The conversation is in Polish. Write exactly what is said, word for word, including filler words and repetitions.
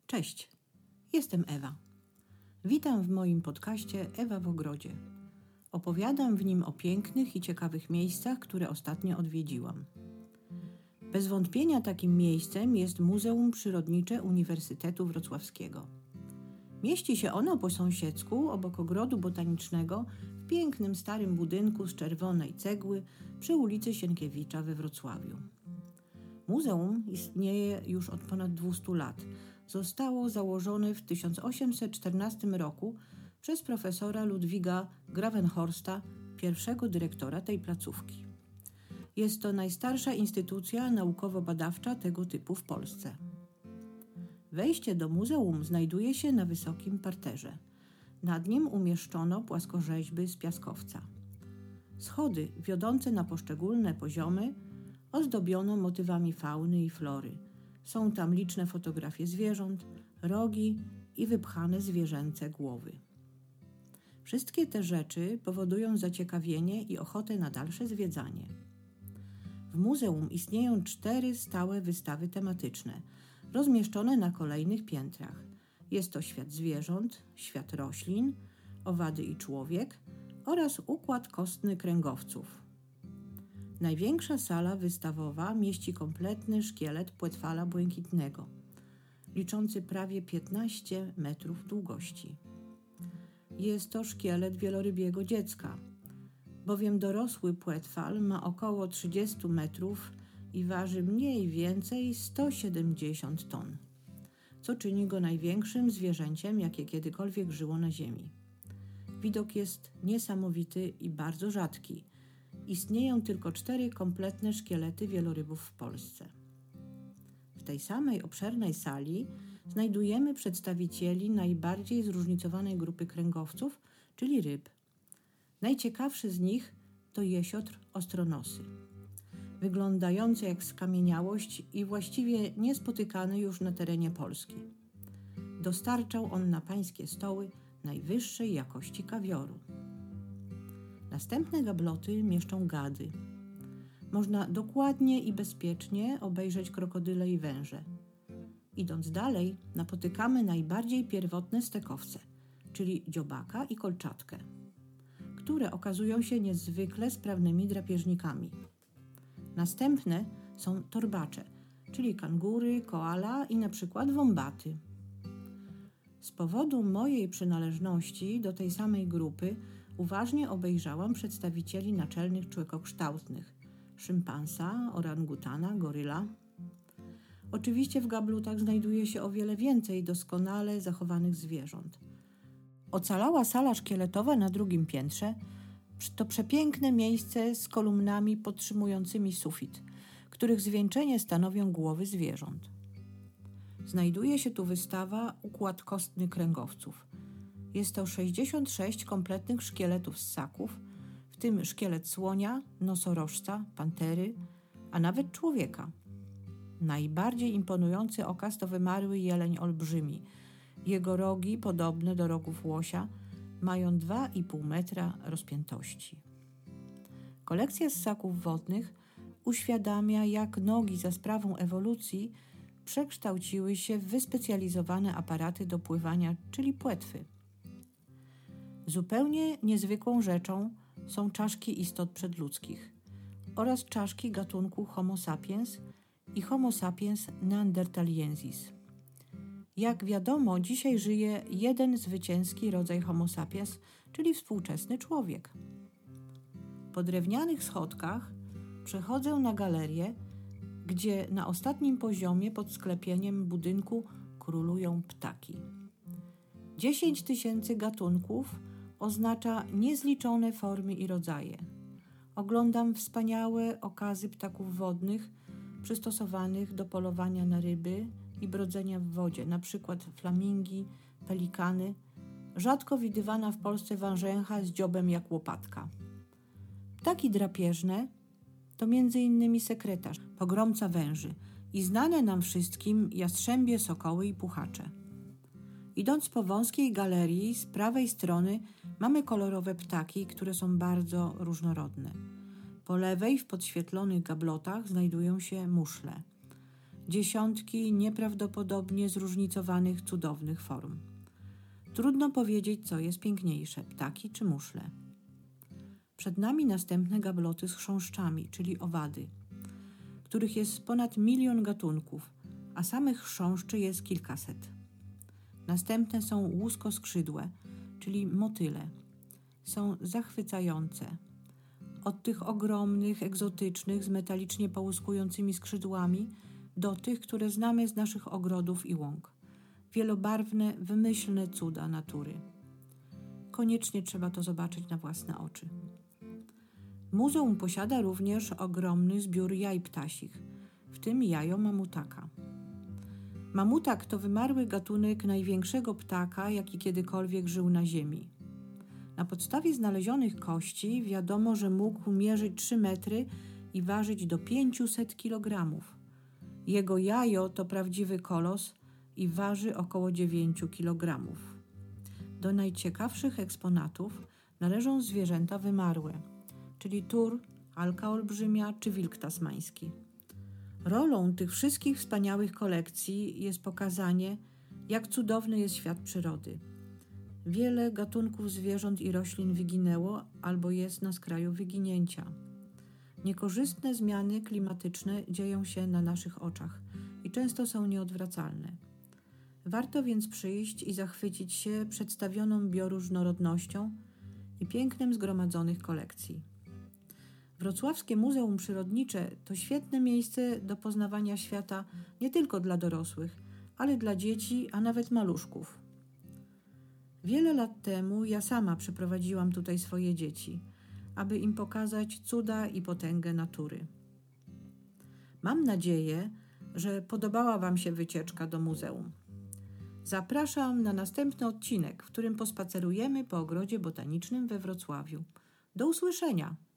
Cześć, jestem Ewa. Witam w moim podcaście Ewa w ogrodzie. Opowiadam w nim o pięknych i ciekawych miejscach, które ostatnio odwiedziłam. Bez wątpienia takim miejscem jest Muzeum Przyrodnicze Uniwersytetu Wrocławskiego. Mieści się ono po sąsiedzku, obok Ogrodu Botanicznego, w pięknym starym budynku z czerwonej cegły przy ulicy Sienkiewicza we Wrocławiu. Muzeum istnieje już od ponad dwustu lat. Zostało założone w tysiąc osiemset czternastym roku przez profesora Ludwiga Gravenhorsta, pierwszego dyrektora tej placówki. Jest to najstarsza instytucja naukowo-badawcza tego typu w Polsce. Wejście do muzeum znajduje się na wysokim parterze. Nad nim umieszczono płaskorzeźby z piaskowca. Schody wiodące na poszczególne poziomy ozdobiono motywami fauny i flory. Są tam liczne fotografie zwierząt, rogi i wypchane zwierzęce głowy. Wszystkie te rzeczy powodują zaciekawienie i ochotę na dalsze zwiedzanie. W muzeum istnieją cztery stałe wystawy tematyczne, rozmieszczone na kolejnych piętrach. Jest to świat zwierząt, świat roślin, owady i człowiek oraz układ kostny kręgowców. Największa sala wystawowa mieści kompletny szkielet płetwala błękitnego, liczący prawie piętnaście metrów długości. Jest to szkielet wielorybiego dziecka, bowiem dorosły płetwal ma około trzydzieści metrów i waży mniej więcej sto siedemdziesiąt ton, co czyni go największym zwierzęciem, jakie kiedykolwiek żyło na ziemi. Widok jest niesamowity i bardzo rzadki. Istnieją tylko cztery kompletne szkielety wielorybów w Polsce. W tej samej obszernej sali znajdujemy przedstawicieli najbardziej zróżnicowanej grupy kręgowców, czyli ryb. Najciekawszy z nich to jesiotr ostronosy, wyglądający jak skamieniałość i właściwie niespotykany już na terenie Polski. Dostarczał on na pańskie stoły najwyższej jakości kawioru. Następne gabloty mieszczą gady. Można dokładnie i bezpiecznie obejrzeć krokodyle i węże. Idąc dalej, napotykamy najbardziej pierwotne stekowce, czyli dziobaka i kolczatkę, które okazują się niezwykle sprawnymi drapieżnikami. Następne są torbacze, czyli kangury, koala i na przykład wombaty. Z powodu mojej przynależności do tej samej grupy uważnie obejrzałam przedstawicieli naczelnych człekokształtnych: szympansa, orangutana, goryla. Oczywiście w gablotach znajduje się o wiele więcej doskonale zachowanych zwierząt. Ocalała sala szkieletowa na drugim piętrze to przepiękne miejsce z kolumnami podtrzymującymi sufit, których zwieńczenie stanowią głowy zwierząt. Znajduje się tu wystawa Układ kostny kręgowców. Jest to sześćdziesiąt sześć kompletnych szkieletów ssaków, w tym szkielet słonia, nosorożca, pantery, a nawet człowieka. Najbardziej imponujący okaz to wymarły jeleń olbrzymi. Jego rogi, podobne do rogów łosia, mają dwa i pół metra rozpiętości. Kolekcja ssaków wodnych uświadamia, jak nogi za sprawą ewolucji przekształciły się w wyspecjalizowane aparaty do pływania, czyli płetwy. Zupełnie niezwykłą rzeczą są czaszki istot przedludzkich oraz czaszki gatunku Homo sapiens i Homo sapiens neanderthaliensis. Jak wiadomo, dzisiaj żyje jeden zwycięski rodzaj Homo sapiens, czyli współczesny człowiek. Po drewnianych schodkach przechodzę na galerię, gdzie na ostatnim poziomie pod sklepieniem budynku królują ptaki. Dziesięć tysięcy gatunków oznacza niezliczone formy i rodzaje. Oglądam wspaniałe okazy ptaków wodnych przystosowanych do polowania na ryby i brodzenia w wodzie, na przykład flamingi, pelikany, rzadko widywana w Polsce wążęcha z dziobem jak łopatka. Ptaki drapieżne to między innymi sekretarz, pogromca węży i znane nam wszystkim jastrzębie, sokoły i puchacze. Idąc po wąskiej galerii, z prawej strony mamy kolorowe ptaki, które są bardzo różnorodne. Po lewej w podświetlonych gablotach znajdują się muszle. dziesiątki nieprawdopodobnie zróżnicowanych, cudownych form. Trudno powiedzieć, co jest piękniejsze, ptaki czy muszle. Przed nami następne gabloty z chrząszczami, czyli owady, których jest ponad milion gatunków, a samych chrząszczy jest kilkaset. Następne są łuskoskrzydłe, czyli motyle. Są zachwycające. Od tych ogromnych, egzotycznych, z metalicznie połyskującymi skrzydłami, do tych, które znamy z naszych ogrodów i łąk. Wielobarwne, wymyślne cuda natury. Koniecznie trzeba to zobaczyć na własne oczy. Muzeum posiada również ogromny zbiór jaj ptasich, w tym jajo mamutaka. Mamutak to wymarły gatunek największego ptaka, jaki kiedykolwiek żył na ziemi. Na podstawie znalezionych kości wiadomo, że mógł mierzyć trzy metry i ważyć do pięciuset kilogramów. Jego jajo to prawdziwy kolos i waży około dziewięć kilogramów. Do najciekawszych eksponatów należą zwierzęta wymarłe, czyli tur, alka olbrzymia czy wilk tasmański. Rolą tych wszystkich wspaniałych kolekcji jest pokazanie, jak cudowny jest świat przyrody. Wiele gatunków zwierząt i roślin wyginęło albo jest na skraju wyginięcia. Niekorzystne zmiany klimatyczne dzieją się na naszych oczach i często są nieodwracalne. Warto więc przyjść i zachwycić się przedstawioną bioróżnorodnością i pięknem zgromadzonych kolekcji. Wrocławskie Muzeum Przyrodnicze to świetne miejsce do poznawania świata nie tylko dla dorosłych, ale dla dzieci, a nawet maluszków. Wiele lat temu ja sama przyprowadziłam tutaj swoje dzieci, aby im pokazać cuda i potęgę natury. Mam nadzieję, że podobała Wam się wycieczka do muzeum. Zapraszam na następny odcinek, w którym pospacerujemy po ogrodzie botanicznym we Wrocławiu. Do usłyszenia!